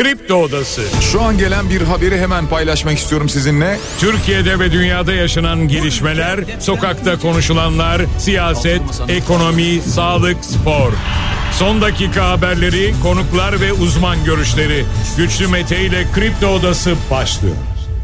Kripto Odası. Şu an gelen bir haberi hemen paylaşmak istiyorum sizinle. Türkiye'de ve dünyada yaşanan gelişmeler, sokakta konuşulanlar, siyaset, ekonomi, sağlık, spor. Son dakika haberleri, konuklar ve uzman görüşleri. Güçlü Mete ile Kripto Odası başlıyor.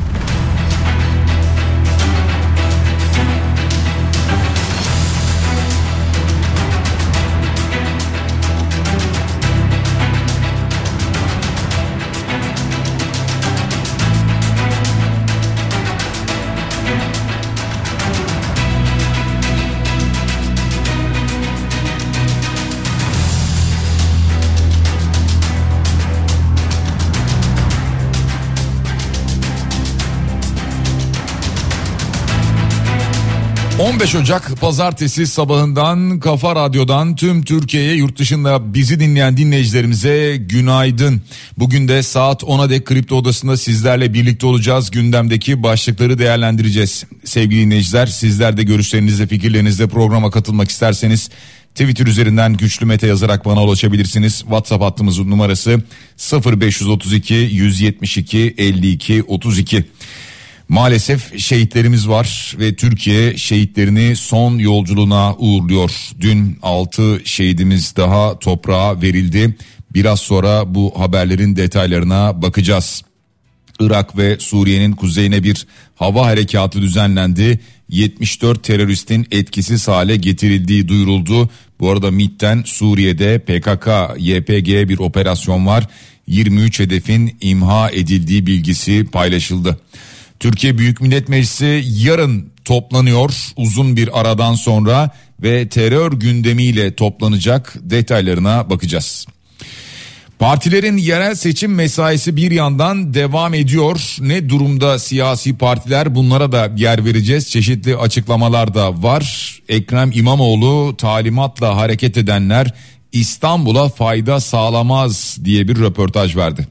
...15 Ocak Pazartesi sabahından Kafa Radyo'dan tüm Türkiye'ye, yurt dışında bizi dinleyen dinleyicilerimize günaydın. Bugün de saat 10'a dek Kripto Odası'nda sizlerle birlikte olacağız. Gündemdeki başlıkları değerlendireceğiz. Sevgili dinleyiciler, sizler de görüşlerinizle, fikirlerinizle programa katılmak isterseniz... Twitter üzerinden Güçlü Mete yazarak bana ulaşabilirsiniz. WhatsApp hattımızın numarası 0532 172 52 32. Maalesef şehitlerimiz var ve Türkiye şehitlerini son yolculuğuna uğurluyor. Dün 6 şehidimiz daha toprağa verildi. Biraz sonra bu haberlerin detaylarına bakacağız. Irak ve Suriye'nin kuzeyine bir hava harekatı düzenlendi. 74 teröristin etkisiz hale getirildiği duyuruldu. Bu arada MİT'ten Suriye'de PKK-YPG bir operasyon var. 23 hedefin imha edildiği bilgisi paylaşıldı. Türkiye Büyük Millet Meclisi yarın toplanıyor uzun bir aradan sonra ve terör gündemiyle toplanacak, detaylarına bakacağız. Partilerin yerel seçim mesaisi bir yandan devam ediyor. Ne durumda siyasi partiler, bunlara da yer vereceğiz. Çeşitli açıklamalar da var. Ekrem İmamoğlu talimatla hareket edenler İstanbul'a fayda sağlamaz diye bir röportaj verdi.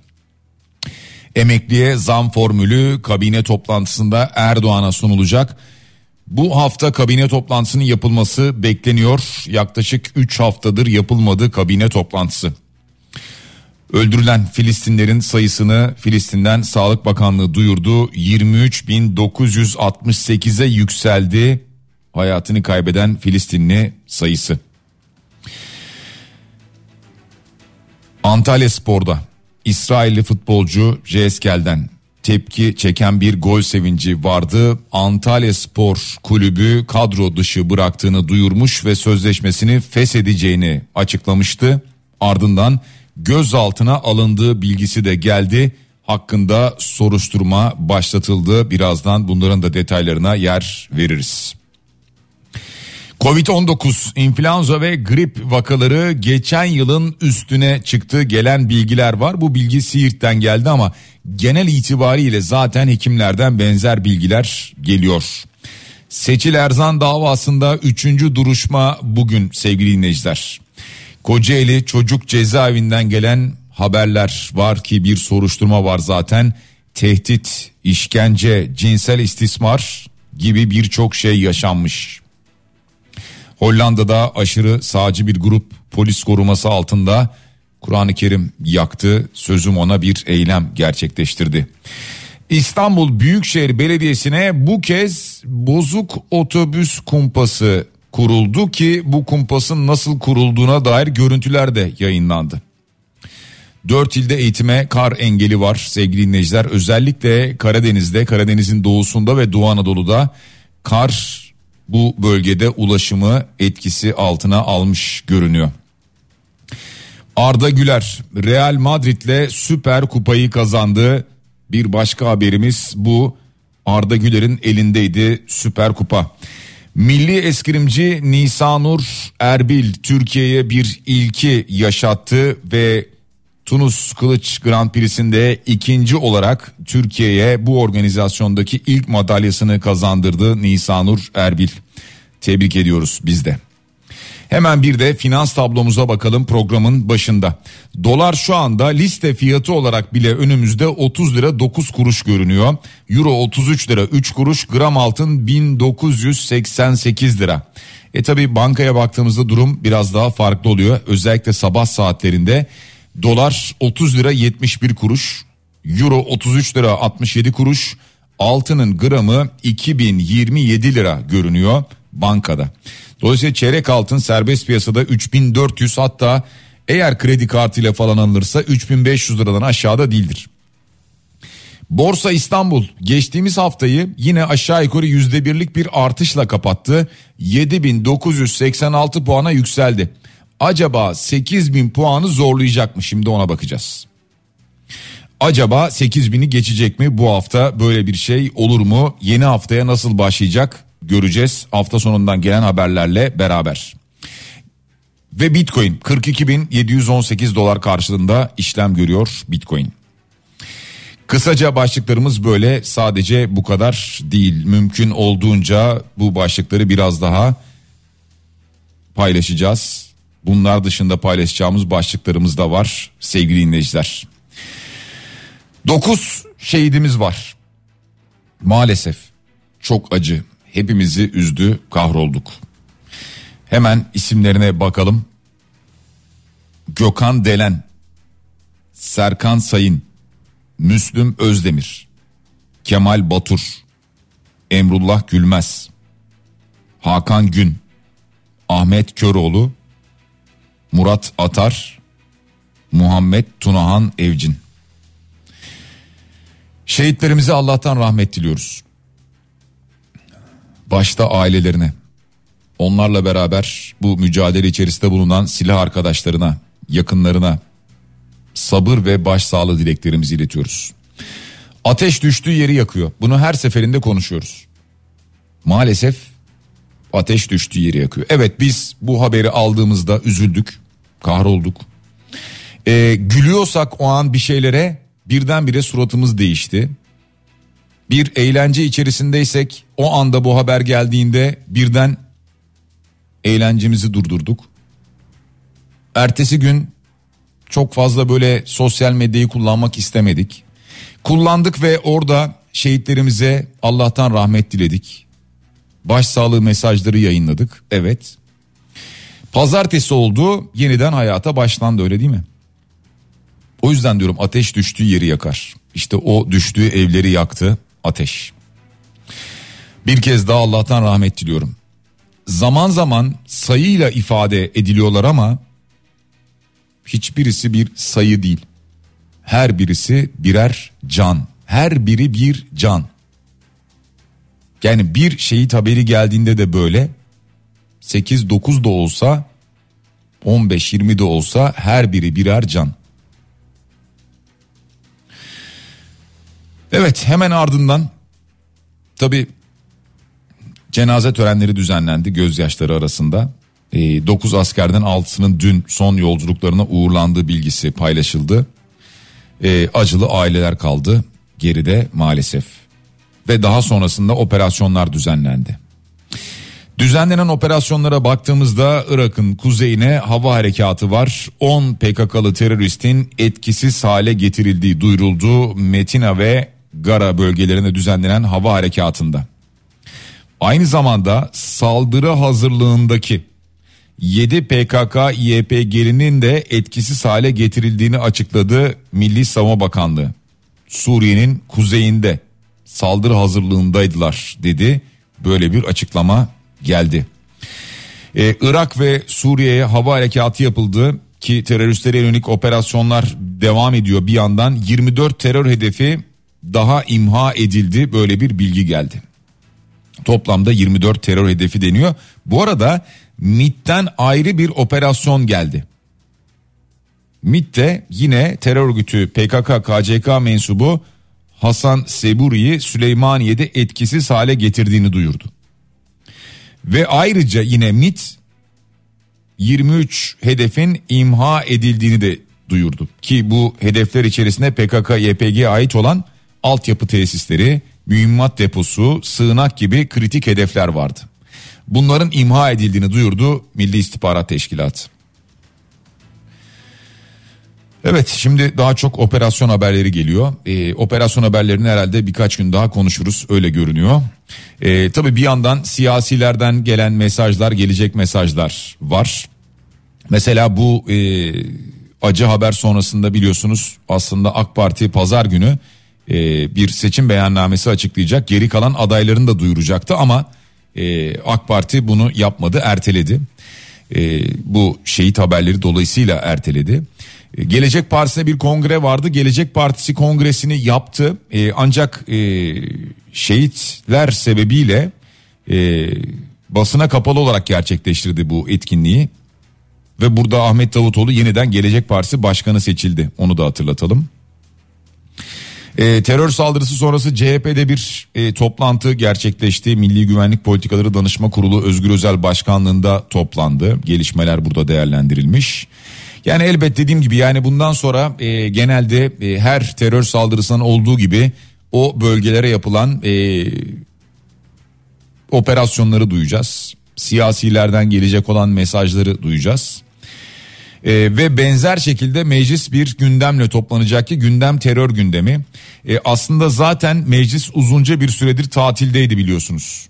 Emekliye zam formülü kabine toplantısında Erdoğan'a sunulacak. Bu hafta kabine toplantısının yapılması bekleniyor. Yaklaşık 3 haftadır yapılmadı kabine toplantısı. Öldürülen Filistinlerin sayısını Filistin'den Sağlık Bakanlığı duyurdu. 23.968'e yükseldi hayatını kaybeden Filistinli sayısı. Antalyaspor'da İsrailli futbolcu Jeeskel'den tepki çeken bir gol sevinci vardı. Antalyaspor kulübü kadro dışı bıraktığını duyurmuş ve sözleşmesini feshedeceğini açıklamıştı. Ardından gözaltına alındığı bilgisi de geldi. Hakkında soruşturma başlatıldı. Birazdan bunların da detaylarına yer veririz. Covid-19, influenza ve grip vakaları geçen yılın üstüne çıktı. Gelen bilgiler var. Bu bilgi Siirt'ten geldi ama genel itibariyle zaten hekimlerden benzer bilgiler geliyor. Seçil Erzan davasında 3. duruşma bugün sevgili dinleyiciler. Kocaeli Çocuk Cezaevinden gelen haberler var ki bir soruşturma var zaten. Tehdit, işkence, cinsel istismar gibi birçok şey yaşanmış. Hollanda'da aşırı sağcı bir grup polis koruması altında Kur'an-ı Kerim yaktı. Sözüm ona bir eylem gerçekleştirdi. İstanbul Büyükşehir Belediyesi'ne bu kez bozuk otobüs kumpası kuruldu ki bu kumpasın nasıl kurulduğuna dair görüntüler de yayınlandı. 4 ilde eğitime kar engeli var sevgili dinleyiciler. Özellikle Karadeniz'de, Karadeniz'in doğusunda ve Doğu Anadolu'da kar bu bölgede ulaşımı etkisi altına almış görünüyor. Arda Güler Real Madrid'le Süper Kupayı kazandı. Bir başka haberimiz bu. Arda Güler'in elindeydi Süper Kupa. Milli eskrimci Nisanur Erbil Türkiye'ye bir ilki yaşattı ve Tunus Kılıç Grand Prix'sinde ikinci olarak Türkiye'ye bu organizasyondaki ilk madalyasını kazandırdı Nisanur Erbil. Tebrik ediyoruz biz de. Hemen bir de finans tablomuza bakalım programın başında. Dolar şu anda liste fiyatı olarak bile önümüzde 30 lira 9 kuruş görünüyor. Euro 33 lira 3 kuruş, gram altın 1988 lira. Tabi bankaya baktığımızda durum biraz daha farklı oluyor. Özellikle sabah saatlerinde Dolar 30 lira 71 kuruş. Euro 33 lira 67 kuruş. Altının gramı 2027 lira görünüyor bankada. Dolayısıyla çeyrek altın serbest piyasada 3400, hatta eğer kredi kartıyla falan alınırsa 3500 liradan aşağıda değildir. Borsa İstanbul geçtiğimiz haftayı yine aşağı yukarı %1'lik bir artışla kapattı. 7986 puana yükseldi. Acaba 8000 puanı zorlayacak mı? Şimdi ona bakacağız. Acaba 8000'i geçecek mi? Bu hafta böyle bir şey olur mu? Yeni haftaya nasıl başlayacak? Göreceğiz hafta sonundan gelen haberlerle beraber. Ve Bitcoin 42.718 dolar karşılığında işlem görüyor Bitcoin. Kısaca başlıklarımız böyle, sadece bu kadar değil. Mümkün olduğunca bu başlıkları biraz daha paylaşacağız. Bunlar dışında paylaşacağımız başlıklarımız da var sevgili dinleyiciler. 9 şehidimiz var. Maalesef çok acı. Hepimizi üzdü, kahrolduk. Hemen isimlerine bakalım. Gökhan Delen, Serkan Sayın, Müslüm Özdemir, Kemal Batur, Emrullah Gülmez, Hakan Gün, Ahmet Köroğlu, Murat Atar, Muhammed Tunahan Evcin. Şehitlerimize Allah'tan rahmet diliyoruz. Başta ailelerine, onlarla beraber bu mücadele içerisinde bulunan silah arkadaşlarına, yakınlarına sabır ve başsağlığı dileklerimizi iletiyoruz. Ateş düştüğü yeri yakıyor. Bunu her seferinde konuşuyoruz. Maalesef ateş düştüğü yeri yakıyor. Evet, biz bu haberi aldığımızda üzüldük, kahrolduk. Gülüyorsak o an bir şeylere, birdenbire suratımız değişti. Bir eğlence içerisindeysek o anda bu haber geldiğinde birden eğlencemizi durdurduk. Ertesi gün çok fazla böyle sosyal medyayı kullanmak istemedik. Kullandık ve orada şehitlerimize Allah'tan rahmet diledik. Başsağlığı mesajları yayınladık. Evet. Pazartesi oldu, yeniden hayata başlandı, öyle değil mi? O yüzden diyorum, ateş düştüğü yeri yakar. İşte o düştüğü evleri yaktı ateş. Bir kez daha Allah'tan rahmet diliyorum. Zaman zaman sayıyla ifade ediliyorlar ama hiçbirisi bir sayı değil. Her birisi birer can. Her biri bir can. Yani bir şehit haberi geldiğinde de böyle 8-9 da olsa, 15-20 de olsa her biri birer can. Evet, hemen ardından tabii cenaze törenleri düzenlendi gözyaşları arasında. 9 askerden 6'sının dün son yolculuklarına uğurlandığı bilgisi paylaşıldı. Acılı aileler kaldı geride maalesef. Ve daha sonrasında operasyonlar düzenlendi. Düzenlenen operasyonlara baktığımızda Irak'ın kuzeyine hava harekatı var. 10 PKK'lı teröristin etkisiz hale getirildiği duyuruldu Metina ve Gara bölgelerinde düzenlenen hava harekatında. Aynı zamanda saldırı hazırlığındaki 7 PKK-YPG'linin de etkisiz hale getirildiğini açıkladı Milli Savunma Bakanlığı. Suriye'nin kuzeyinde saldırı hazırlığındaydılar dedi. Böyle bir açıklama geldi. Irak ve Suriye'ye hava harekatı yapıldı ki teröristlere yönelik operasyonlar devam ediyor. Bir yandan 24 terör hedefi daha imha edildi, böyle bir bilgi geldi. Toplamda 24 terör hedefi deniyor. Bu arada MİT'ten ayrı bir operasyon geldi. MİT'te yine terör örgütü PKK-KCK mensubu Hasan Seburi'yi Süleymaniye'de etkisiz hale getirdiğini duyurdu. Ve ayrıca yine MİT 23 hedefin imha edildiğini de duyurdu. Ki bu hedefler içerisinde PKK-YPG'ye ait olan altyapı tesisleri, mühimmat deposu, sığınak gibi kritik hedefler vardı. Bunların imha edildiğini duyurdu Milli İstihbarat Teşkilatı. Evet, şimdi daha çok operasyon haberleri geliyor. Operasyon haberlerini herhalde birkaç gün daha konuşuruz, öyle görünüyor. Tabii bir yandan siyasilerden gelen mesajlar, gelecek mesajlar var. Mesela bu acı haber sonrasında biliyorsunuz aslında AK Parti pazar günü bir seçim beyannamesi açıklayacak. Geri kalan adaylarını da duyuracaktı ama AK Parti bunu yapmadı, erteledi. Bu şehit haberleri dolayısıyla erteledi. Gelecek Partisi'ne bir kongre vardı. Gelecek Partisi kongresini yaptı. Ancak şehitler sebebiyle basına kapalı olarak gerçekleştirdi bu etkinliği. Ve burada Ahmet Davutoğlu yeniden Gelecek Partisi başkanı seçildi. Onu da hatırlatalım. Terör saldırısı sonrası CHP'de bir toplantı gerçekleşti. Milli Güvenlik Politikaları Danışma Kurulu Özgür Özel başkanlığında toplandı. Gelişmeler burada değerlendirilmiş. Yani elbet dediğim gibi yani bundan sonra genelde her terör saldırısının olduğu gibi o bölgelere yapılan operasyonları duyacağız. Siyasilerden gelecek olan mesajları duyacağız. Ve benzer şekilde meclis bir gündemle toplanacak ki gündem terör gündemi. Aslında zaten meclis uzunca bir süredir tatildeydi biliyorsunuz.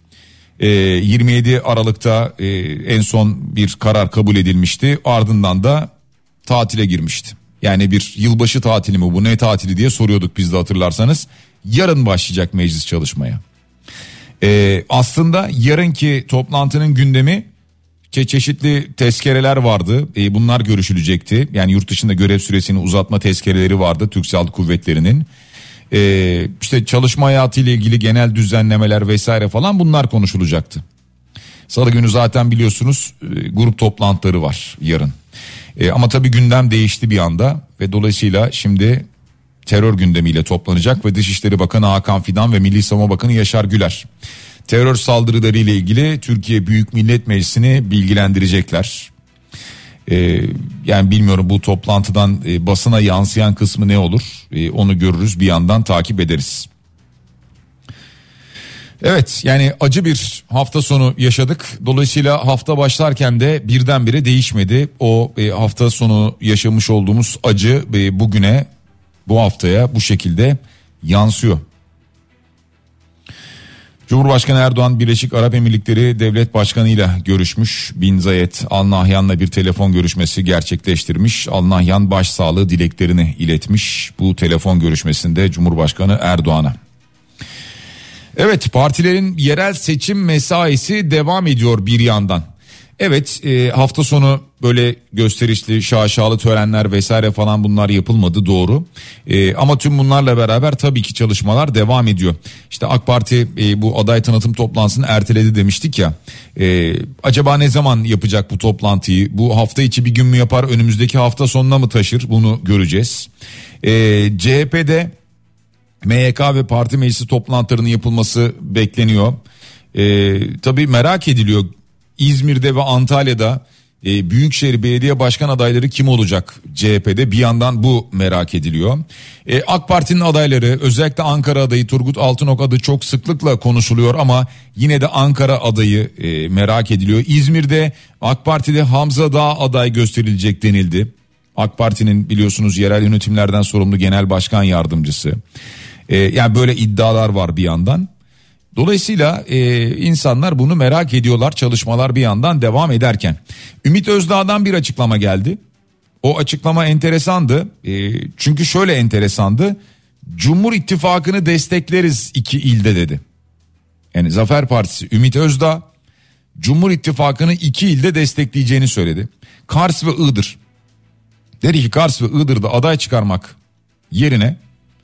27 Aralık'ta en son bir karar kabul edilmişti, ardından da tatile girmişti. Yani bir yılbaşı tatili mi bu, ne tatili diye soruyorduk biz de hatırlarsanız. Yarın başlayacak meclis çalışmaya. Aslında yarınki toplantının gündemi çeşitli tezkereler vardı. Bunlar görüşülecekti. Yani yurt dışında görev süresini uzatma tezkereleri vardı Türk Silahlı Kuvvetleri'nin. İşte çalışma hayatı ile ilgili genel düzenlemeler vesaire falan bunlar konuşulacaktı. Salı günü zaten biliyorsunuz grup toplantıları var yarın. Ama tabii gündem değişti bir anda ve dolayısıyla şimdi terör gündemiyle toplanacak ve Dışişleri Bakanı Hakan Fidan ve Milli Savunma Bakanı Yaşar Güler terör saldırıları ile ilgili Türkiye Büyük Millet Meclisi'ni bilgilendirecekler. Yani bilmiyorum bu toplantıdan basına yansıyan kısmı ne olur, onu görürüz, bir yandan takip ederiz. Evet, yani acı bir hafta sonu yaşadık. Dolayısıyla hafta başlarken de birdenbire değişmedi. O hafta sonu yaşamış olduğumuz acı bugüne, bu haftaya bu şekilde yansıyor. Cumhurbaşkanı Erdoğan Birleşik Arap Emirlikleri Devlet Başkanı ile görüşmüş. Bin Zayed Al Nahyan'la bir telefon görüşmesi gerçekleştirmiş. Al Nahyan başsağlığı dileklerini iletmiş bu telefon görüşmesinde Cumhurbaşkanı Erdoğan'a. Evet, partilerin yerel seçim mesaisi devam ediyor bir yandan. Evet, hafta sonu böyle gösterişli şaşalı törenler vesaire falan bunlar yapılmadı, doğru. Ama tüm bunlarla beraber tabii ki çalışmalar devam ediyor. İşte AK Parti bu aday tanıtım toplantısını erteledi demiştik ya. Acaba ne zaman yapacak bu toplantıyı? Bu hafta içi bir gün mü yapar, önümüzdeki hafta sonuna mı taşır, bunu göreceğiz. CHP'de MYK ve parti meclisi toplantılarının yapılması bekleniyor. Tabii merak ediliyor. İzmir'de ve Antalya'da Büyükşehir Belediye Başkan adayları kim olacak CHP'de? Bir yandan bu merak ediliyor. AK Parti'nin adayları, özellikle Ankara adayı Turgut Altınok adı çok sıklıkla konuşuluyor ama yine de Ankara adayı merak ediliyor. İzmir'de AK Parti'de Hamza Dağ aday gösterilecek denildi. AK Parti'nin biliyorsunuz yerel yönetimlerden sorumlu genel başkan yardımcısı. Yani böyle iddialar var bir yandan. Dolayısıyla insanlar bunu merak ediyorlar, çalışmalar bir yandan devam ederken. Ümit Özdağ'dan bir açıklama geldi. O açıklama enteresandı. Çünkü şöyle enteresandı. Cumhur İttifakı'nı destekleriz 2 ilde dedi. Yani Zafer Partisi Ümit Özdağ Cumhur İttifakı'nı 2 ilde destekleyeceğini söyledi. Kars ve Iğdır. Dedi ki Kars ve Iğdır'da aday çıkarmak yerine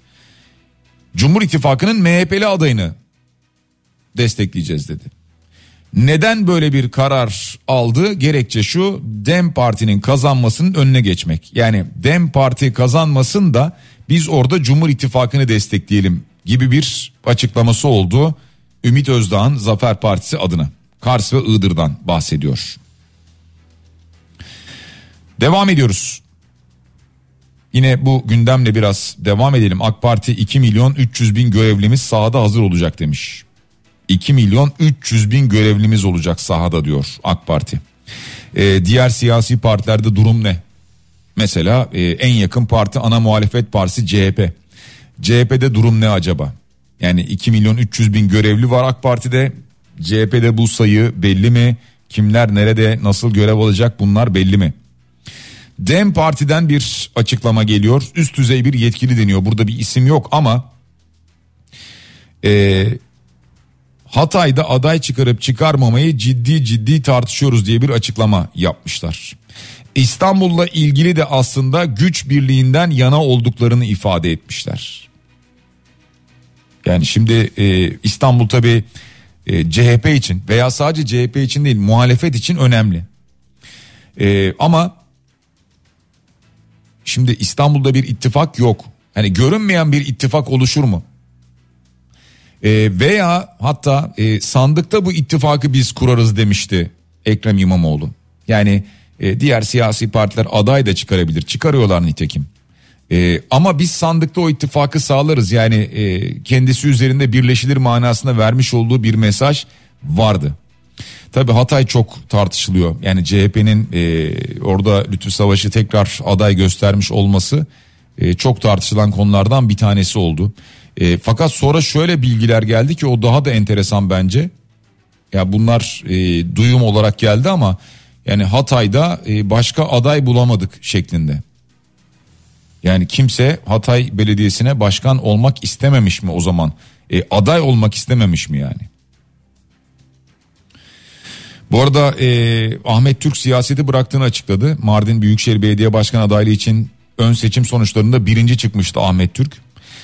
Cumhur İttifakı'nın MHP'li adayını destekleyeceğiz dedi. Neden böyle bir karar aldı? Gerekçe şu: DEM Parti'nin kazanmasının önüne geçmek. Yani DEM Parti kazanmasın da biz orada Cumhur İttifakı'nı destekleyelim gibi bir açıklaması oldu Ümit Özdağ'ın Zafer Partisi adına. Kars ve Iğdır'dan bahsediyor. Devam ediyoruz. Yine bu gündemle biraz devam edelim. AK Parti 2.300.000 görevlimiz sahada hazır olacak demiş. 2.300.000 görevlimiz olacak sahada diyor AK Parti. Diğer siyasi partilerde durum ne? Mesela en yakın parti ana muhalefet partisi CHP. CHP'de durum ne acaba? Yani 2.300.000 görevli var AK Parti'de. CHP'de bu sayı belli mi? Kimler nerede nasıl görev alacak, bunlar belli mi? DEM Parti'den bir açıklama geliyor. Üst düzey bir yetkili deniyor. Burada bir isim yok ama Hatay'da aday çıkarıp çıkarmamayı ciddi tartışıyoruz diye bir açıklama yapmışlar. İstanbul'la ilgili de aslında güç birliğinden yana olduklarını ifade etmişler. Yani şimdi İstanbul tabii CHP için veya sadece CHP için değil, muhalefet için önemli. Ama şimdi İstanbul'da bir ittifak yok. Hani görünmeyen bir ittifak oluşur mu? Veya hatta sandıkta bu ittifakı biz kurarız demişti Ekrem İmamoğlu. Yani diğer siyasi partiler aday da çıkarabilir, çıkarıyorlar nitekim. Ama biz sandıkta o ittifakı sağlarız. Yani kendisi üzerinde birleşilir manasında vermiş olduğu bir mesaj vardı. Tabii Hatay çok tartışılıyor. Yani CHP'nin orada Lütfü Savaş'ı tekrar aday göstermiş olması çok tartışılan konulardan bir tanesi oldu. Fakat sonra şöyle bilgiler geldi ki o daha da enteresan bence. Ya bunlar duyum olarak geldi ama yani Hatay'da başka aday bulamadık şeklinde. Yani kimse Hatay Belediyesi'ne başkan olmak istememiş mi o zaman? Aday olmak istememiş mi yani? Bu arada Ahmet Türk siyaseti bıraktığını açıkladı. Mardin Büyükşehir Belediye Başkan adaylığı için ön seçim sonuçlarında birinci çıkmıştı Ahmet Türk.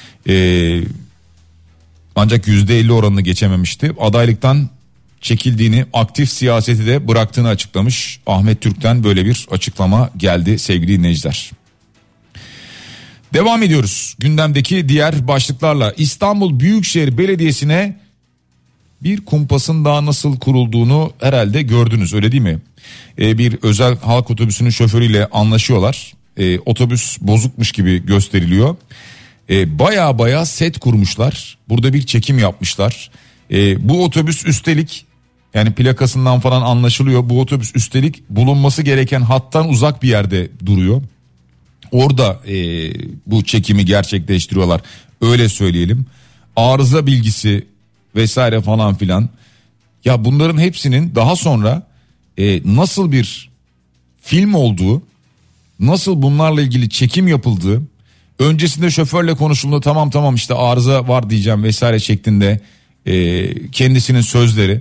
Ancak %50 oranını geçememişti. Adaylıktan çekildiğini, aktif siyaseti de bıraktığını açıklamış. Ahmet Türk'ten böyle bir açıklama geldi sevgili dinleyiciler. Devam ediyoruz gündemdeki diğer başlıklarla. İstanbul Büyükşehir Belediyesi'ne bir kumpasın daha nasıl kurulduğunu herhalde gördünüz, öyle değil mi? Bir özel halk otobüsünün şoförüyle anlaşıyorlar. Otobüs bozukmuş gibi gösteriliyor. Baya set kurmuşlar. Burada bir çekim yapmışlar. Bu otobüs üstelik, yani plakasından falan anlaşılıyor. Bu otobüs üstelik bulunması gereken hattan uzak bir yerde duruyor. Orada bu çekimi gerçekleştiriyorlar. Öyle söyleyelim. Arıza bilgisi vesaire falan filan. Ya bunların hepsinin daha sonra nasıl bir film olduğu, nasıl bunlarla ilgili çekim yapıldığı, öncesinde şoförle konuşulduğu, tamam işte arıza var diyeceğim vesaire şeklinde kendisinin sözleri.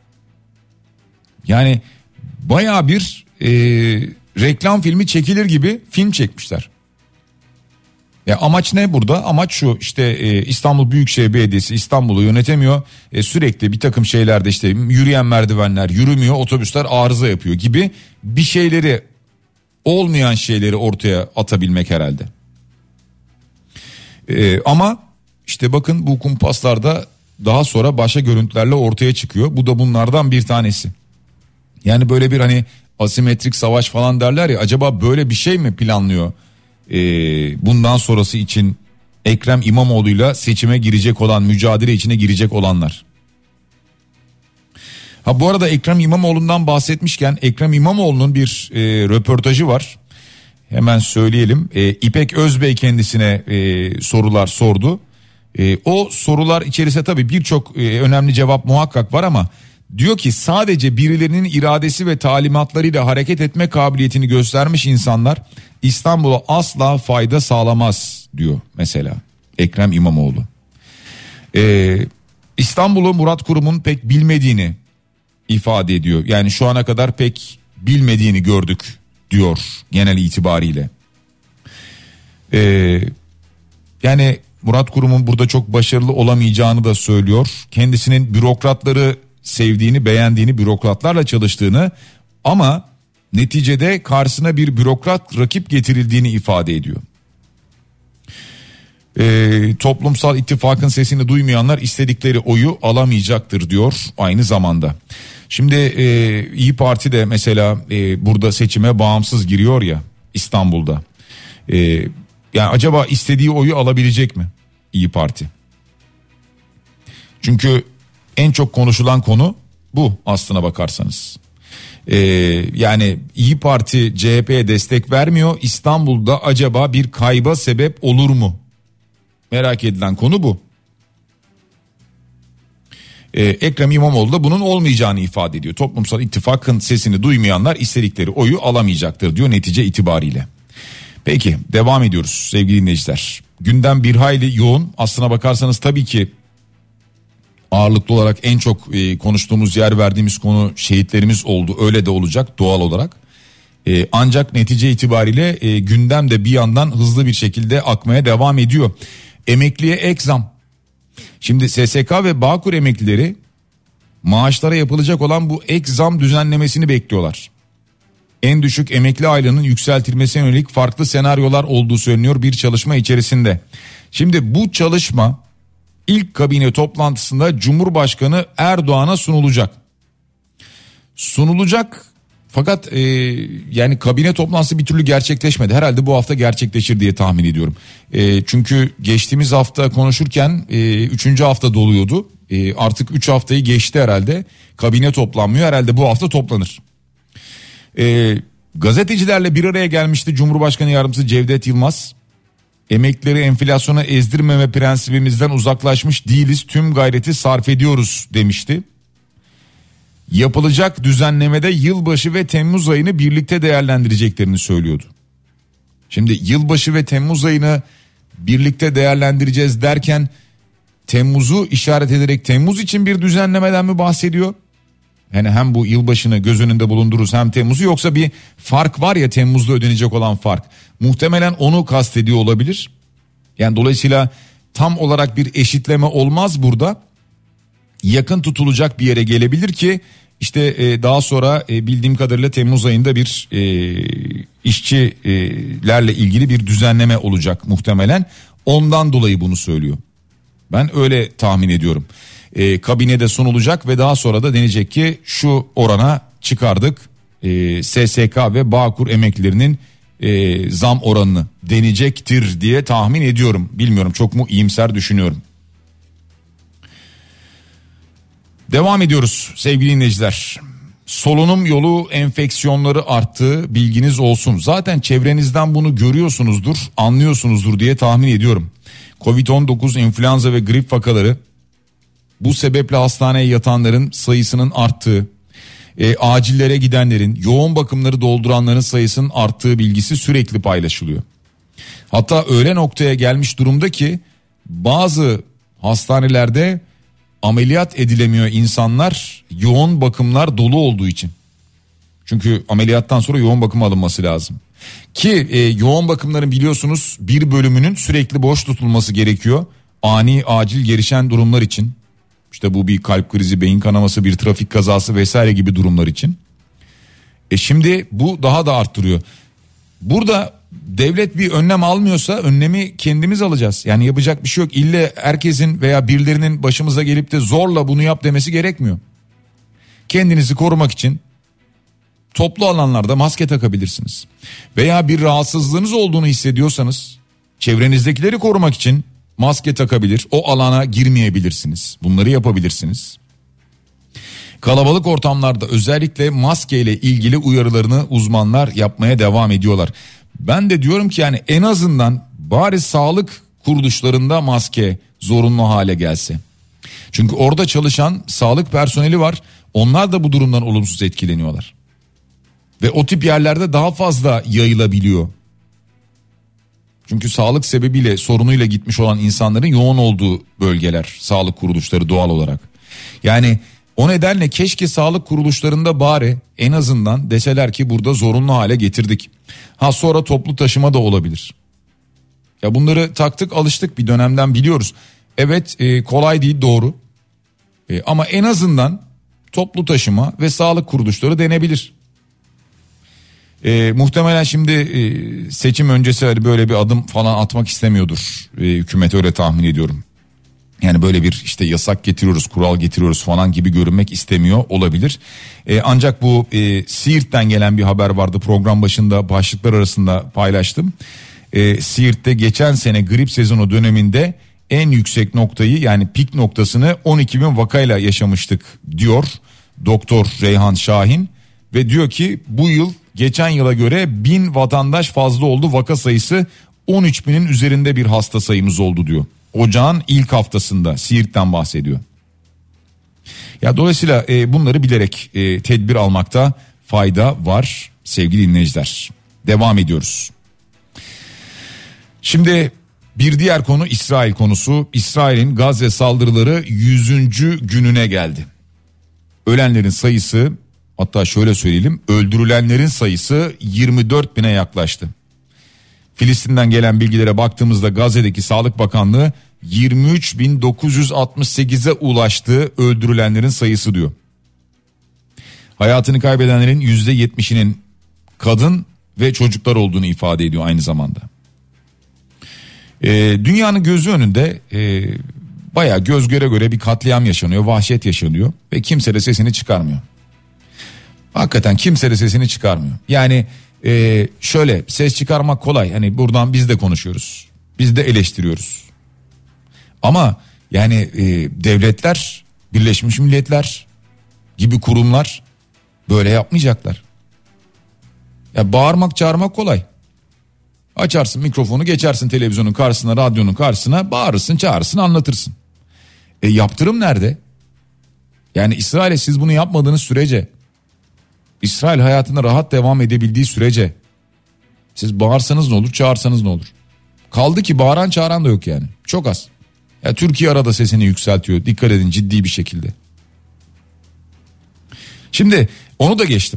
Yani bayağı bir reklam filmi çekilir gibi film çekmişler. Ya amaç ne burada? Amaç şu, işte İstanbul Büyükşehir Belediyesi İstanbul'u yönetemiyor. Sürekli bir takım şeylerde işte yürüyen merdivenler yürümüyor, otobüsler arıza yapıyor gibi bir şeyleri, olmayan şeyleri ortaya atabilmek herhalde. Ama işte bakın bu kumpaslarda daha sonra başka görüntülerle ortaya çıkıyor. Bu da bunlardan bir tanesi. Yani böyle bir hani asimetrik savaş falan derler ya, acaba böyle bir şey mi planlıyor bundan sonrası için Ekrem İmamoğlu'yla seçime girecek olan, mücadele içine girecek olanlar? Ha bu arada Ekrem İmamoğlu'ndan bahsetmişken, Ekrem İmamoğlu'nun bir röportajı var. Hemen söyleyelim. İpek Özbey kendisine sorular sordu. O sorular içerisinde tabii birçok önemli cevap muhakkak var ama diyor ki sadece birilerinin iradesi ve talimatlarıyla hareket etme kabiliyetini göstermiş insanlar İstanbul'a asla fayda sağlamaz diyor mesela Ekrem İmamoğlu. İstanbul'u Murat Kurum'un pek bilmediğini ifade ediyor. Yani şu ana kadar pek bilmediğini gördük diyor genel itibariyle. Yani Murat Kurum'un burada çok başarılı olamayacağını da söylüyor. Kendisinin bürokratları sevdiğini, beğendiğini, bürokratlarla çalıştığını ama neticede karşısına bir bürokrat rakip getirildiğini ifade ediyor. Toplumsal ittifakın sesini duymayanlar istedikleri oyu alamayacaktır diyor aynı zamanda. Şimdi İYİ Parti de mesela burada seçime bağımsız giriyor ya İstanbul'da. Yani acaba istediği oyu alabilecek mi İYİ Parti? Çünkü en çok konuşulan konu bu aslına bakarsanız. Yani İYİ Parti CHP'ye destek vermiyor. İstanbul'da acaba bir kayba sebep olur mu? Merak edilen konu bu. Ekrem İmamoğlu da bunun olmayacağını ifade ediyor. Toplumsal ittifakın sesini duymayanlar istedikleri oyu alamayacaktır diyor netice itibariyle. Peki devam ediyoruz sevgili dinleyiciler. Gündem bir hayli yoğun. Aslına bakarsanız tabii ki ağırlıklı olarak en çok konuştuğumuz, yer verdiğimiz konu şehitlerimiz oldu. Öyle de olacak doğal olarak. Ancak netice itibariyle gündem de bir yandan hızlı bir şekilde akmaya devam ediyor. Emekliye ek zam. Şimdi SSK ve Bağkur emeklileri maaşlara yapılacak olan bu ek zam düzenlemesini bekliyorlar. En düşük emekli aylığının yükseltilmesine yönelik farklı senaryolar olduğu söyleniyor bir çalışma içerisinde. Şimdi bu çalışma ilk kabine toplantısında Cumhurbaşkanı Erdoğan'a sunulacak. Fakat yani kabine toplantısı bir türlü gerçekleşmedi. Herhalde bu hafta gerçekleşir diye tahmin ediyorum. Çünkü geçtiğimiz hafta konuşurken 3. hafta doluyordu. Artık 3 haftayı geçti herhalde. Kabine toplanmıyor, herhalde bu hafta toplanır. Gazetecilerle bir araya gelmişti Cumhurbaşkanı Yardımcısı Cevdet Yılmaz. Emeklileri enflasyona ezdirmeme prensibimizden uzaklaşmış değiliz. Tüm gayreti sarf ediyoruz demişti. Yapılacak düzenlemede yılbaşı ve Temmuz ayını birlikte değerlendireceklerini söylüyordu. Şimdi yılbaşı ve Temmuz ayını birlikte değerlendireceğiz derken Temmuz'u işaret ederek Temmuz için bir düzenlemeden mi bahsediyor? Yani hem bu yılbaşını göz önünde bulundururuz hem Temmuz'u, yoksa bir fark var ya, Temmuz'da ödenecek olan fark. Muhtemelen onu kastediyor olabilir. Yani dolayısıyla tam olarak bir eşitleme olmaz burada. Yakın tutulacak bir yere gelebilir ki işte daha sonra bildiğim kadarıyla Temmuz ayında bir işçilerle ilgili bir düzenleme olacak muhtemelen. Ondan dolayı bunu söylüyor. Ben öyle tahmin ediyorum. Kabinede sunulacak ve daha sonra da denecek ki şu orana çıkardık. SSK ve Bağkur emeklilerinin zam oranını denecektir diye tahmin ediyorum. Bilmiyorum, çok mu iyimser düşünüyorum. Devam ediyoruz sevgili dinleyiciler. Solunum yolu enfeksiyonları arttı, bilginiz olsun. Zaten çevrenizden bunu görüyorsunuzdur, anlıyorsunuzdur diye tahmin ediyorum. Covid-19, influenza ve grip vakaları, bu sebeple hastaneye yatanların sayısının arttığı, acillere gidenlerin, yoğun bakımları dolduranların sayısının arttığı bilgisi sürekli paylaşılıyor. Hatta öyle noktaya gelmiş durumda ki bazı hastanelerde ameliyat edilemiyor insanlar, yoğun bakımlar dolu olduğu için. Çünkü ameliyattan sonra yoğun bakım alınması lazım. Ki yoğun bakımların biliyorsunuz bir bölümünün sürekli boş tutulması gerekiyor. Ani, acil gelişen durumlar için. İşte bu bir kalp krizi, beyin kanaması, bir trafik kazası vesaire gibi durumlar için. Şimdi bu daha da arttırıyor. Burada devlet bir önlem almıyorsa önlemi kendimiz alacağız. Yani yapacak bir şey yok. İlle herkesin veya birilerinin başımıza gelip de zorla bunu yap demesi gerekmiyor. Kendinizi korumak için toplu alanlarda maske takabilirsiniz. Veya bir rahatsızlığınız olduğunu hissediyorsanız çevrenizdekileri korumak için maske takabilir, o alana girmeyebilirsiniz. Bunları yapabilirsiniz. Kalabalık ortamlarda özellikle maske ile ilgili uyarılarını uzmanlar yapmaya devam ediyorlar. Ben de diyorum ki yani en azından bari sağlık kuruluşlarında maske zorunlu hale gelse. Çünkü orada çalışan sağlık personeli var. Onlar da bu durumdan olumsuz etkileniyorlar. Ve o tip yerlerde daha fazla yayılabiliyor. Çünkü sağlık sebebiyle, sorunuyla gitmiş olan insanların yoğun olduğu bölgeler sağlık kuruluşları doğal olarak. Yani o nedenle keşke sağlık kuruluşlarında bari en azından deseler ki burada zorunlu hale getirdik. Ha sonra toplu taşıma da olabilir. Ya bunları taktık, alıştık, bir dönemden biliyoruz. Evet, kolay değil, doğru. Ama en azından toplu taşıma ve sağlık kuruluşları denebilir. Muhtemelen şimdi seçim öncesi hani böyle bir adım falan atmak istemiyordur hükümet, öyle tahmin ediyorum. Yani böyle bir işte yasak getiriyoruz, kural getiriyoruz falan gibi görünmek istemiyor olabilir. Ancak bu Siirt'ten gelen bir haber vardı, program başında başlıklar arasında paylaştım. Siirt'te geçen sene grip sezonu döneminde en yüksek noktayı, yani pik noktasını 12.000 vakayla yaşamıştık diyor Doktor Reyhan Şahin. Ve diyor ki bu yıl geçen yıla göre 1000 vatandaş fazla oldu, vaka sayısı 13.000'in üzerinde bir hasta sayımız oldu diyor. Ocağın ilk haftasında Siirt'ten bahsediyor. Ya dolayısıyla bunları bilerek tedbir almakta fayda var sevgili dinleyiciler. Devam ediyoruz. Şimdi bir diğer konu İsrail konusu. İsrail'in Gazze saldırıları 100. gününe geldi. Ölenlerin sayısı, hatta şöyle söyleyelim, öldürülenlerin sayısı 24 bine yaklaştı. Filistin'den gelen bilgilere baktığımızda Gazze'deki Sağlık Bakanlığı 23.968'e ulaştı öldürülenlerin sayısı diyor. Hayatını kaybedenlerin %70'inin kadın ve çocuklar olduğunu ifade ediyor aynı zamanda. Dünyanın gözü önünde bayağı göz göre göre bir katliam yaşanıyor, vahşet yaşanıyor ve kimse de sesini çıkarmıyor. Hakikaten kimse de sesini çıkarmıyor. Yani şöyle ses çıkarmak kolay. Hani buradan biz de konuşuyoruz, biz de eleştiriyoruz. Ama yani devletler, Birleşmiş Milletler gibi kurumlar böyle yapmayacaklar. Ya bağırmak çağırmak kolay. Açarsın mikrofonu, geçersin televizyonun karşısına, radyonun karşısına, bağırırsın, çağırırsın, anlatırsın. Yaptırım nerede? Yani İsrail'e siz bunu yapmadığınız sürece, İsrail hayatına rahat devam edebildiği sürece siz bağırsanız ne olur, çağırsanız ne olur? Kaldı ki bağıran çağıran da yok yani. Çok az. Ya Türkiye arada sesini yükseltiyor. Dikkat edin, ciddi bir şekilde. Şimdi onu da geçtim.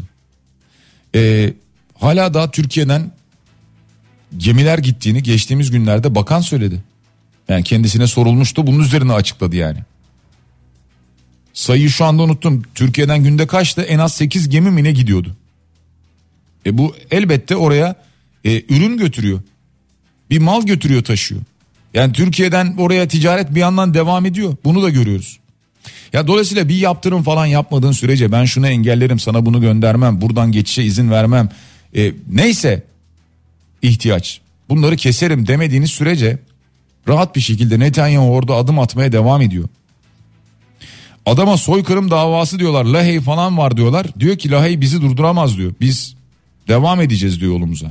Hala daha Türkiye'den gemiler gittiğini geçtiğimiz günlerde bakan söyledi. Yani kendisine sorulmuştu, bunun üzerine açıkladı yani. Sayıyı şu anda unuttum. Türkiye'den günde kaçtı? En az 8 gemi mi ne gidiyordu? Bu elbette oraya ürün götürüyor. Bir mal götürüyor, taşıyor. Yani Türkiye'den oraya ticaret bir yandan devam ediyor. Bunu da görüyoruz. Ya dolayısıyla bir yaptırım falan yapmadığın sürece ben şunu engellerim, sana bunu göndermem, buradan geçişe izin vermem. Neyse ihtiyaç, bunları keserim demediğiniz sürece rahat bir şekilde Netanyahu orada adım atmaya devam ediyor. Adama soykırım davası diyorlar, Lahey falan var diyorlar. Diyor ki Lahey bizi durduramaz diyor. Biz devam edeceğiz diyor yolumuza.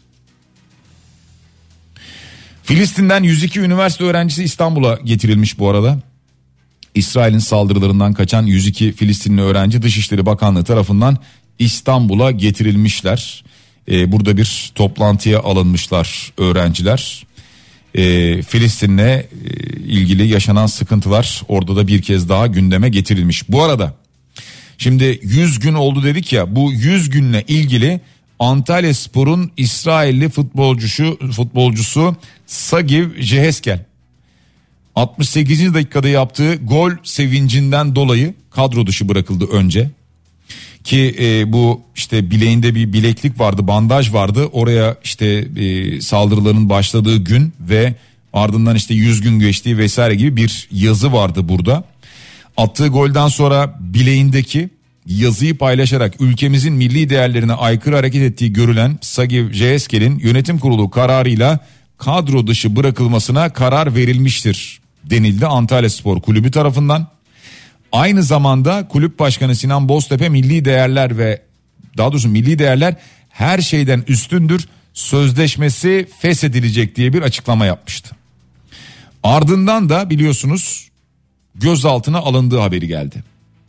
Filistin'den 102 üniversite öğrencisi İstanbul'a getirilmiş bu arada. İsrail'in saldırılarından kaçan 102 Filistinli öğrenci Dışişleri Bakanlığı tarafından İstanbul'a getirilmişler. Burada bir toplantıya alınmışlar öğrenciler. Filistin'le ilgili yaşanan sıkıntılar orada da bir kez daha gündeme getirilmiş. Bu arada şimdi 100 gün oldu dedik ya, bu 100 günle ilgili Antalyaspor'un İsrailli futbolcusu Sagiv Jeheskel 68. dakikada yaptığı gol sevincinden dolayı kadro dışı bırakıldı önce. Ki bu işte bileğinde bir bileklik vardı, bandaj vardı. Oraya işte saldırıların başladığı gün ve ardından işte 100 gün geçtiği vesaire gibi bir yazı vardı burada. Attığı golden sonra bileğindeki yazıyı paylaşarak ülkemizin milli değerlerine aykırı hareket ettiği görülen Sagiv Jeheskel'in yönetim kurulu kararıyla kadro dışı bırakılmasına karar verilmiştir denildi Antalyaspor Kulübü tarafından. Aynı zamanda kulüp başkanı Sinan Boztepe milli değerler her şeyden üstündür, sözleşmesi feshedilecek diye bir açıklama yapmıştı. Ardından da biliyorsunuz gözaltına alındığı haberi geldi.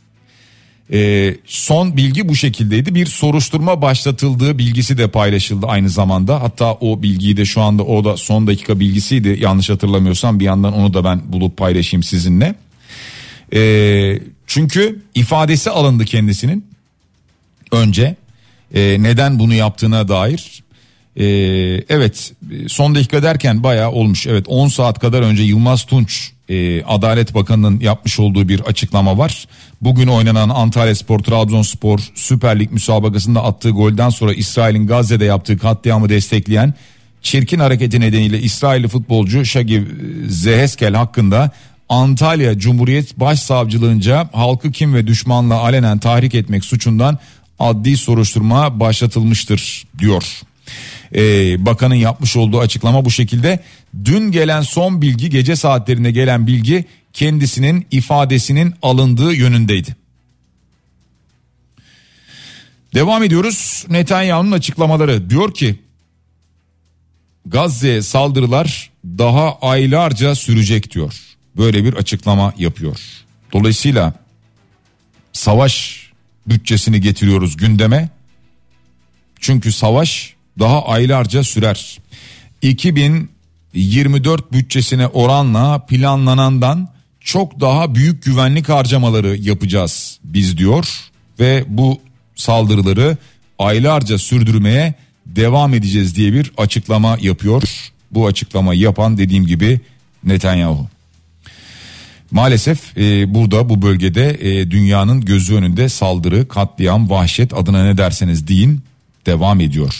Son bilgi bu şekildeydi. Bir soruşturma başlatıldığı bilgisi de paylaşıldı aynı zamanda. Hatta o bilgiyi de şu anda, o da son dakika bilgisiydi yanlış hatırlamıyorsam, bir yandan onu da ben bulup paylaşayım sizinle. Çünkü ifadesi alındı kendisinin önce neden bunu yaptığına dair. Evet, son dakika derken bayağı olmuş. Evet, 10 saat kadar önce Yılmaz Tunç Adalet Bakanı'nın yapmış olduğu bir açıklama var. Bugün oynanan Antalyaspor Trabzonspor Süper Lig müsabakasında attığı golden sonra İsrail'in Gazze'de yaptığı katliamı destekleyen çirkin hareketi nedeniyle İsrailli futbolcu Sagiv Jeheskel hakkında Antalya Cumhuriyet Başsavcılığınca halkı kin ve düşmanla alenen tahrik etmek suçundan adli soruşturma başlatılmıştır diyor. Bakanın yapmış olduğu açıklama bu şekilde. Dün gelen son bilgi, gece saatlerinde gelen bilgi kendisinin ifadesinin alındığı yönündeydi. Devam ediyoruz. Netanyahu'nun açıklamaları, diyor ki Gazze'ye saldırılar daha aylarca sürecek diyor. Böyle bir açıklama yapıyor. Dolayısıyla savaş bütçesini getiriyoruz gündeme. Çünkü savaş daha aylarca sürer. 2024 bütçesine oranla planlanandan çok daha büyük güvenlik harcamaları yapacağız biz diyor ve bu saldırıları aylarca sürdürmeye devam edeceğiz diye bir açıklama yapıyor. Bu açıklamayı yapan dediğim gibi Netanyahu. Maalesef burada bu bölgede dünyanın gözü önünde saldırı, katliam, vahşet adına ne derseniz deyin devam ediyor.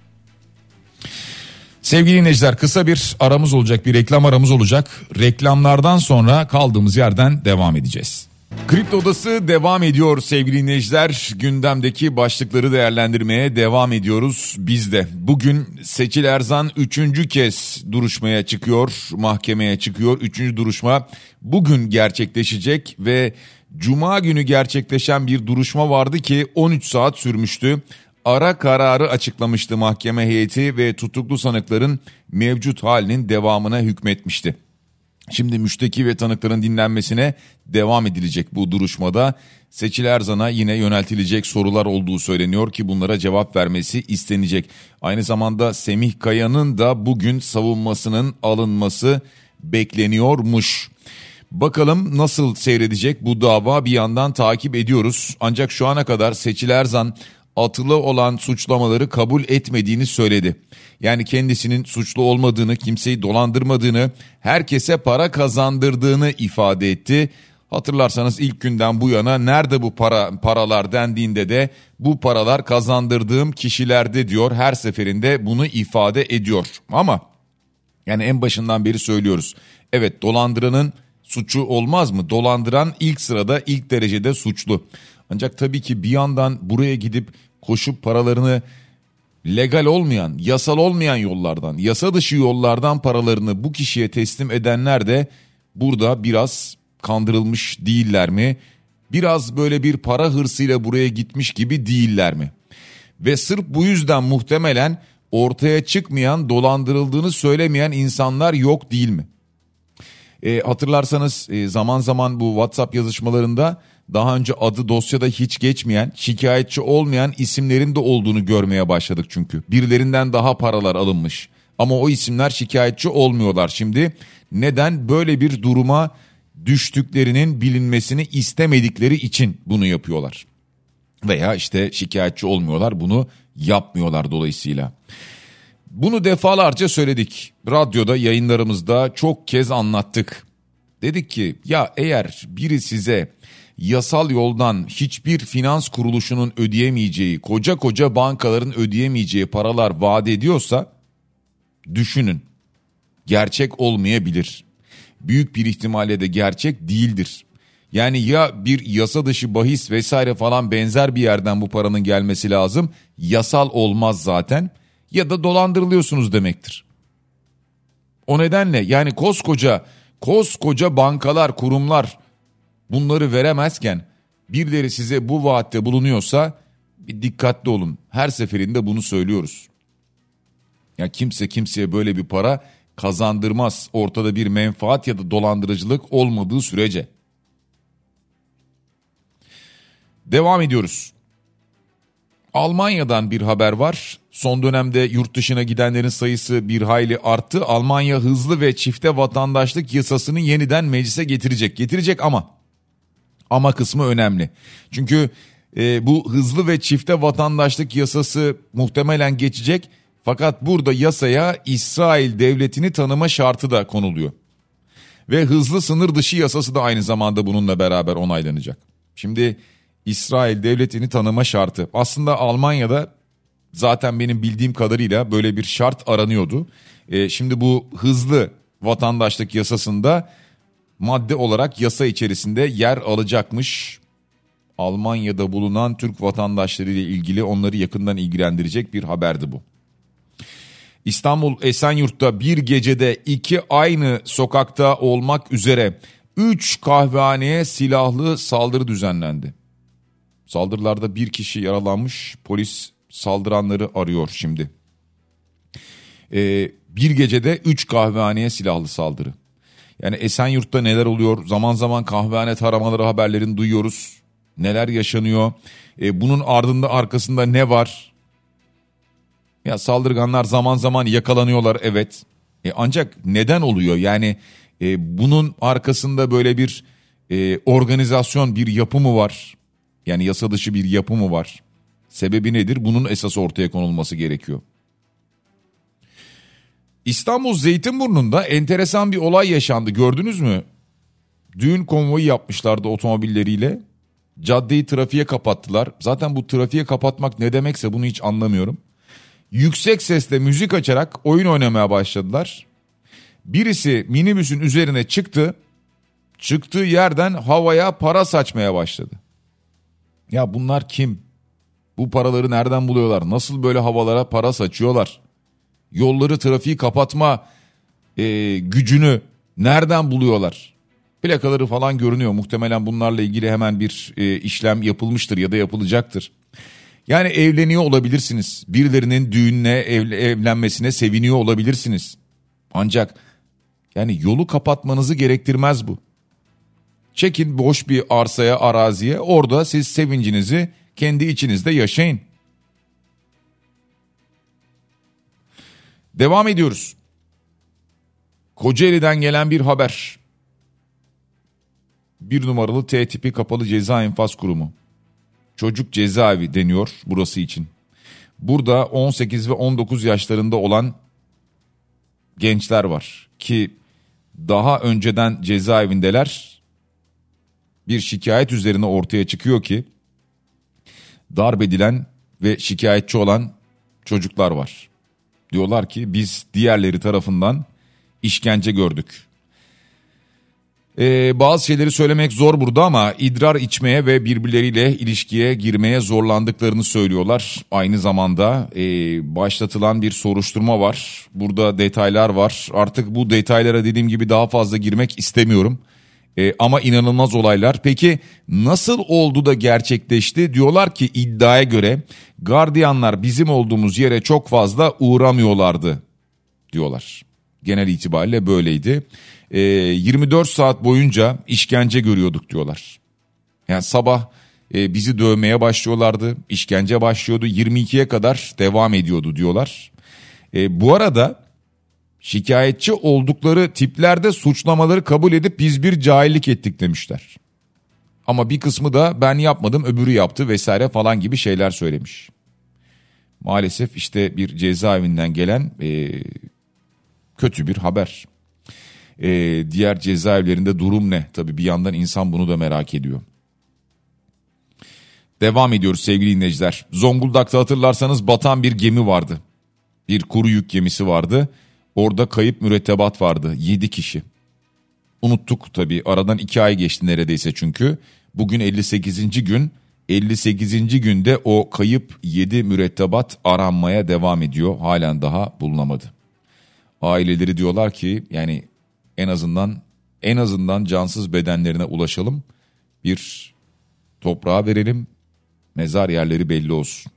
Sevgili dinleyiciler, kısa bir aramız olacak, bir reklam aramız olacak. Reklamlardan sonra kaldığımız yerden devam edeceğiz. Kripto Odası devam ediyor sevgili dinleyiciler. Gündemdeki başlıkları değerlendirmeye devam ediyoruz biz de. Bugün Seçil Erzan 3. kez duruşmaya çıkıyor, mahkemeye çıkıyor. 3. duruşma bugün gerçekleşecek ve Cuma günü gerçekleşen bir duruşma vardı ki 13 saat sürmüştü. Ara kararı açıklamıştı mahkeme heyeti ve tutuklu sanıkların mevcut halinin devamına hükmetmişti. Şimdi müşteki ve tanıkların dinlenmesine devam edilecek bu duruşmada. Seçil Erzan'a yine yöneltilecek sorular olduğu söyleniyor ki bunlara cevap vermesi istenecek. Aynı zamanda Semih Kaya'nın da bugün savunmasının alınması bekleniyormuş. Bakalım nasıl seyredecek bu dava, bir yandan takip ediyoruz. Ancak şu ana kadar Seçil Erzan atılı olan suçlamaları kabul etmediğini söyledi. Yani kendisinin suçlu olmadığını, kimseyi dolandırmadığını, herkese para kazandırdığını ifade etti. Hatırlarsanız ilk günden bu yana nerede bu paralar dendiğinde de bu paralar kazandırdığım kişilerde diyor, her seferinde bunu ifade ediyor. Ama yani en başından beri söylüyoruz. Evet, dolandıranın suçu olmaz mı? Dolandıran ilk sırada, ilk derecede suçlu. Ancak tabii ki bir yandan buraya gidip koşup paralarını legal olmayan, yasal olmayan yollardan, yasa dışı yollardan paralarını bu kişiye teslim edenler de burada biraz kandırılmış değiller mi? Biraz böyle bir para hırsıyla buraya gitmiş gibi değiller mi? Ve sırf bu yüzden muhtemelen ortaya çıkmayan, dolandırıldığını söylemeyen insanlar yok değil mi? Hatırlarsanız zaman zaman bu WhatsApp yazışmalarında daha önce adı dosyada hiç geçmeyen, şikayetçi olmayan isimlerin de olduğunu görmeye başladık çünkü. Birilerinden daha paralar alınmış ama o isimler şikayetçi olmuyorlar şimdi. Neden? Böyle bir duruma düştüklerinin bilinmesini istemedikleri için bunu yapıyorlar. Veya işte şikayetçi olmuyorlar, bunu yapmıyorlar dolayısıyla. Bunu defalarca söyledik. Radyoda, yayınlarımızda çok kez anlattık. Dedik ki ya eğer biri size yasal yoldan hiçbir finans kuruluşunun ödeyemeyeceği, koca koca bankaların ödeyemeyeceği paralar vaat ediyorsa düşünün. Gerçek olmayabilir. Büyük bir ihtimalle de gerçek değildir. Yani ya bir yasa dışı bahis vesaire falan benzer bir yerden bu paranın gelmesi lazım. Yasal olmaz zaten. Ya da dolandırılıyorsunuz demektir. O nedenle yani koskoca bankalar, kurumlar bunları veremezken birileri size bu vaatte bulunuyorsa bir dikkatli olun. Her seferinde bunu söylüyoruz. Ya kimse kimseye böyle bir para kazandırmaz. Ortada bir menfaat ya da dolandırıcılık olmadığı sürece. Devam ediyoruz. Almanya'dan bir haber var. Son dönemde yurt dışına gidenlerin sayısı bir hayli arttı. Almanya hızlı ve çifte vatandaşlık yasasını yeniden meclise getirecek ama kısmı önemli. Çünkü bu hızlı ve çifte vatandaşlık yasası muhtemelen geçecek. Fakat burada yasaya İsrail devletini tanıma şartı da konuluyor. Ve hızlı sınır dışı yasası da aynı zamanda bununla beraber onaylanacak. Şimdi İsrail devletini tanıma şartı. Aslında Almanya'da zaten benim bildiğim kadarıyla böyle bir şart aranıyordu. Şimdi bu hızlı vatandaşlık yasasında madde olarak yasa içerisinde yer alacakmış. Almanya'da bulunan Türk vatandaşları ile ilgili onları yakından ilgilendirecek bir haberdi bu. İstanbul Esenyurt'ta bir gecede 2 aynı sokakta olmak üzere 3 kahvehaneye silahlı saldırı düzenlendi. Saldırılarda 1 kişi yaralanmış, polis saldıranları arıyor şimdi. Bir gecede 3 kahvehaneye silahlı saldırı. Yani Esenyurt'ta neler oluyor? Zaman zaman kahvehane taramaları haberlerini duyuyoruz. Neler yaşanıyor? Bunun arkasında ne var? Ya saldırganlar zaman zaman yakalanıyorlar, evet. Ancak neden oluyor? Yani bunun arkasında böyle bir organizasyon, bir yapı mı var? Yani yasa dışı bir yapı mı var? Sebebi nedir? Bunun esas ortaya konulması gerekiyor. İstanbul Zeytinburnu'nda enteresan bir olay yaşandı, gördünüz mü? Düğün konvoyu yapmışlardı otomobilleriyle. Caddeyi trafiğe kapattılar. Zaten bu trafiğe kapatmak ne demekse bunu hiç anlamıyorum. Yüksek sesle müzik açarak oyun oynamaya başladılar. Birisi minibüsün üzerine çıktı. Çıktığı yerden havaya para saçmaya başladı. Ya bunlar kim? Bu paraları nereden buluyorlar? Nasıl böyle havalara para saçıyorlar? Yolları, trafiği kapatma gücünü nereden buluyorlar? Plakaları falan görünüyor. Muhtemelen bunlarla ilgili hemen bir işlem yapılmıştır ya da yapılacaktır. Yani evleniyor olabilirsiniz. Birilerinin düğününe, evlenmesine seviniyor olabilirsiniz. Ancak yani yolu kapatmanızı gerektirmez bu. Çekin boş bir arsaya, araziye. Orada siz sevincinizi kendi içinizde yaşayın. Devam ediyoruz. Kocaeli'den gelen bir haber. 1 numaralı T tipi kapalı ceza infaz kurumu. Çocuk cezaevi deniyor burası için. Burada 18 ve 19 yaşlarında olan gençler var ki daha önceden cezaevindeler. Bir şikayet üzerine ortaya çıkıyor ki darp edilen ve şikayetçi olan çocuklar var. Diyorlar ki biz diğerleri tarafından işkence gördük. Bazı şeyleri söylemek zor burada ama idrar içmeye ve birbirleriyle ilişkiye girmeye zorlandıklarını söylüyorlar. Aynı zamanda başlatılan bir soruşturma var. Burada detaylar var. Artık bu detaylara dediğim gibi daha fazla girmek istemiyorum. Ama inanılmaz olaylar. Peki nasıl oldu da gerçekleşti? Diyorlar ki iddiaya göre gardiyanlar bizim olduğumuz yere çok fazla uğramıyorlardı diyorlar. Genel itibariyle böyleydi. 24 saat boyunca işkence görüyorduk diyorlar. Yani sabah bizi dövmeye başlıyorlardı, işkence başlıyordu, 22'ye kadar devam ediyordu diyorlar. Bu arada şikayetçi oldukları tiplerde suçlamaları kabul edip biz bir cahillik ettik demişler. Ama bir kısmı da ben yapmadım, öbürü yaptı vesaire falan gibi şeyler söylemiş. Maalesef işte bir cezaevinden gelen kötü bir haber. Diğer cezaevlerinde durum ne? Tabii bir yandan insan bunu da merak ediyor. Devam ediyoruz sevgili dinleyiciler. Zonguldak'ta hatırlarsanız batan bir gemi vardı. Bir kuru yük gemisi vardı. Orada kayıp mürettebat vardı. 7 kişi. Unuttuk tabii, aradan 2 ay geçti neredeyse çünkü. Bugün 58. gün. 58. günde o kayıp 7 mürettebat aranmaya devam ediyor. Halen daha bulunamadı. Aileleri diyorlar ki yani en azından cansız bedenlerine ulaşalım. Bir toprağa verelim. Mezar yerleri belli olsun.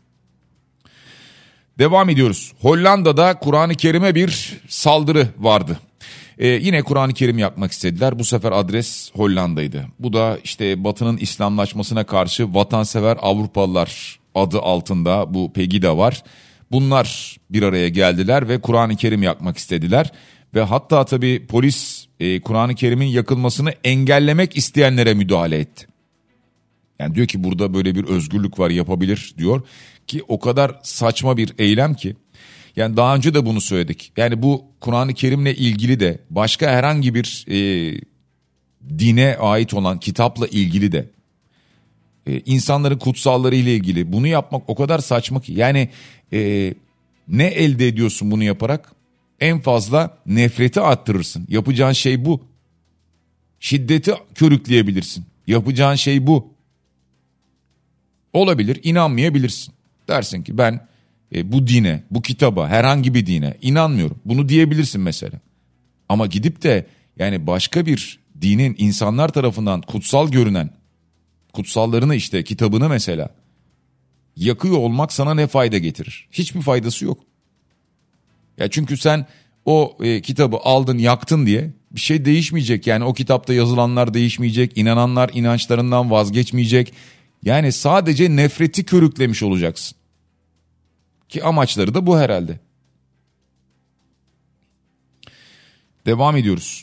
Devam ediyoruz. Hollanda'da Kur'an-ı Kerim'e bir saldırı vardı. Yine Kur'an-ı Kerim yakmak istediler. Bu sefer adres Hollanda'ydı. Bu da işte Batı'nın İslamlaşmasına karşı vatansever Avrupalılar adı altında bu Pegida var. Bunlar bir araya geldiler ve Kur'an-ı Kerim yakmak istediler. Ve hatta tabii polis Kur'an-ı Kerim'in yakılmasını engellemek isteyenlere müdahale etti. Yani diyor ki burada böyle bir özgürlük var, yapabilir diyor. Ki o kadar saçma bir eylem ki. Yani daha önce de bunu söyledik. Yani bu Kur'an-ı Kerim'le ilgili de başka herhangi bir dine ait olan kitapla ilgili de insanların kutsalları ile ilgili bunu yapmak o kadar saçma ki. Yani ne elde ediyorsun bunu yaparak? En fazla nefreti arttırırsın. Yapacağın şey bu. Şiddeti körükleyebilirsin. Yapacağın şey bu. Olabilir, inanmayabilirsin. Dersin ki ben bu dine, bu kitaba, herhangi bir dine inanmıyorum. Bunu diyebilirsin mesela. Ama gidip de yani başka bir dinin insanlar tarafından kutsal görünen kutsallarını, işte kitabını mesela yakıyor olmak sana ne fayda getirir? Hiçbir faydası yok. Ya çünkü sen o kitabı aldın, yaktın diye bir şey değişmeyecek. Yani o kitapta yazılanlar değişmeyecek. İnananlar inançlarından vazgeçmeyecek. Yani sadece nefreti körüklemiş olacaksın. Ki amaçları da bu herhalde. Devam ediyoruz.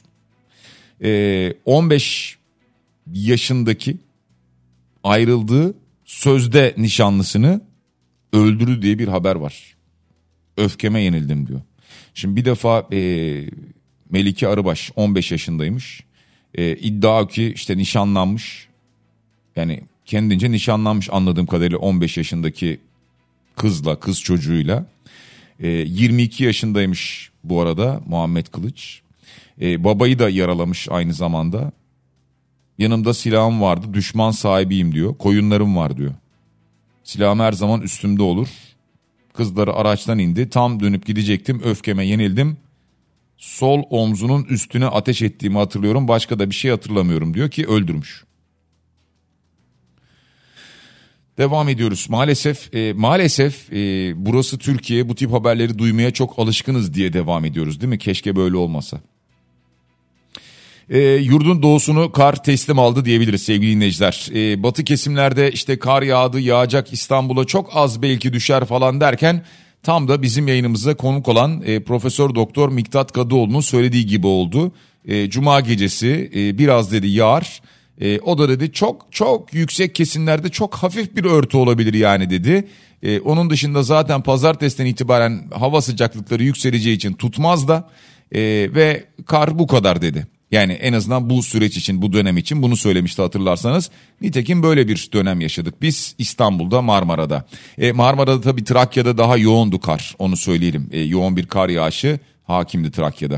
15 yaşındaki ayrıldığı sözde nişanlısını öldürdü diye bir haber var. Öfkeme yenildim diyor. Şimdi bir defa Melike Arıbaş 15 yaşındaymış. İddia ki işte nişanlanmış. Yani kendince nişanlanmış anladığım kadarıyla 15 yaşındaki kız çocuğuyla. 22 yaşındaymış bu arada Muhammed Kılıç. Babayı da yaralamış aynı zamanda. Yanımda silahım vardı, düşman sahibiyim diyor. Koyunlarım var diyor. Silahım her zaman üstümde olur. Kızları araçtan indi. Tam dönüp gidecektim. Öfkeme yenildim. Sol omzunun üstüne ateş ettiğimi hatırlıyorum. Başka da bir şey hatırlamıyorum diyor ki öldürmüş. Devam ediyoruz. Maalesef burası Türkiye, bu tip haberleri duymaya çok alışkınız diye devam ediyoruz değil mi? Keşke böyle olmasa. Yurdun doğusunu kar teslim aldı diyebiliriz sevgili dinleyiciler. Batı kesimlerde işte kar yağdı, yağacak, İstanbul'a çok az belki düşer falan derken tam da bizim yayınımıza konuk olan Profesör Doktor Miktat Kadıoğlu'nun söylediği gibi oldu. Cuma gecesi biraz dedi yağar. O da dedi çok yüksek kesimlerde çok hafif bir örtü olabilir yani dedi. Onun dışında zaten pazartesiden itibaren hava sıcaklıkları yükseleceği için tutmaz da ve kar bu kadar dedi. Yani en azından bu süreç için, bu dönem için bunu söylemişti hatırlarsanız. Nitekim böyle bir dönem yaşadık biz İstanbul'da, Marmara'da. Marmara'da tabii Trakya'da daha yoğundu kar, onu söyleyelim. Yoğun bir kar yağışı hakimdi Trakya'da.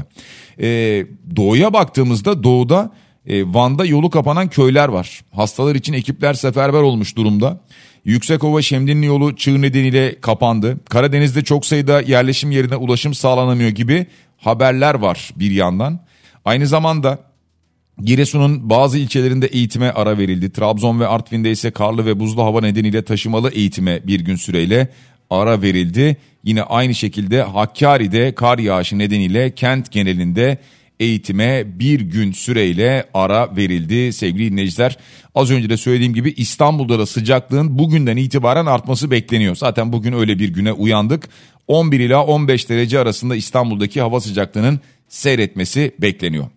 Doğuya baktığımızda doğuda Van'da yolu kapanan köyler var. Hastalar için ekipler seferber olmuş durumda. Yüksekova Şemdinli yolu çığ nedeniyle kapandı. Karadeniz'de çok sayıda yerleşim yerine ulaşım sağlanamıyor gibi haberler var bir yandan. Aynı zamanda Giresun'un bazı ilçelerinde eğitime ara verildi. Trabzon ve Artvin'de ise karlı ve buzlu hava nedeniyle taşımalı eğitime bir gün süreyle ara verildi. Yine aynı şekilde Hakkari'de kar yağışı nedeniyle kent genelinde eğitime bir gün süreyle ara verildi sevgili dinleyiciler. Az önce de söylediğim gibi İstanbul'da da sıcaklığın bugünden itibaren artması bekleniyor. Zaten bugün öyle bir güne uyandık. 11 ila 15 derece arasında İstanbul'daki hava sıcaklığının seyretmesi bekleniyor.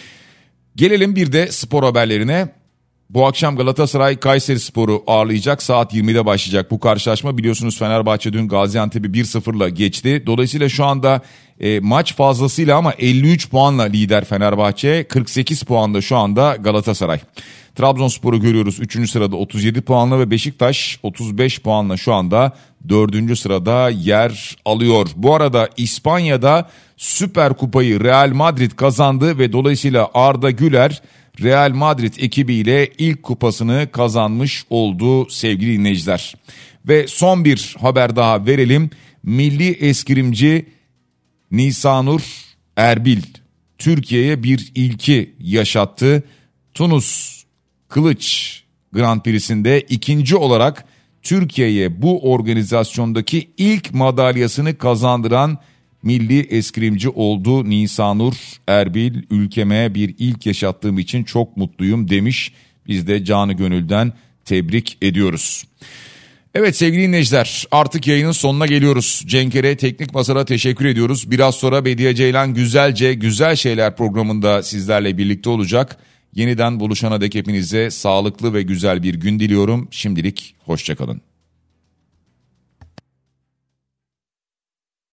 Gelelim bir de spor haberlerine. Bu akşam Galatasaray Kayserispor'u ağırlayacak. Saat 20'de başlayacak bu karşılaşma. Biliyorsunuz Fenerbahçe dün Gaziantep'i 1-0'la geçti. Dolayısıyla şu anda maç fazlasıyla ama 53 puanla lider Fenerbahçe. 48 puanda şu anda Galatasaray. Trabzonspor'u görüyoruz 3. sırada 37 puanla ve Beşiktaş 35 puanla şu anda 4. sırada yer alıyor. Bu arada İspanya'da Süper Kupayı Real Madrid kazandı ve dolayısıyla Arda Güler Real Madrid ekibiyle ilk kupasını kazanmış oldu sevgili dinleyiciler. Ve son bir haber daha verelim. Milli eskrimci Nisanur Erbil Türkiye'ye bir ilki yaşattı. Tunus Kılıç Grand Prix'sinde ikinci olarak Türkiye'ye bu organizasyondaki ilk madalyasını kazandıran milli eskrimci oldu Nisanur Erbil. Ülkeme bir ilk yaşattığım için çok mutluyum demiş. Biz de canı gönülden tebrik ediyoruz. Evet sevgili dinleyiciler, artık yayının sonuna geliyoruz. Cenkere Teknik Masa'da teşekkür ediyoruz. Biraz sonra Bediye Ceylan Güzel Şeyler programında sizlerle birlikte olacak. Yeniden buluşana dek hepinize sağlıklı ve güzel bir gün diliyorum. Şimdilik hoşça kalın.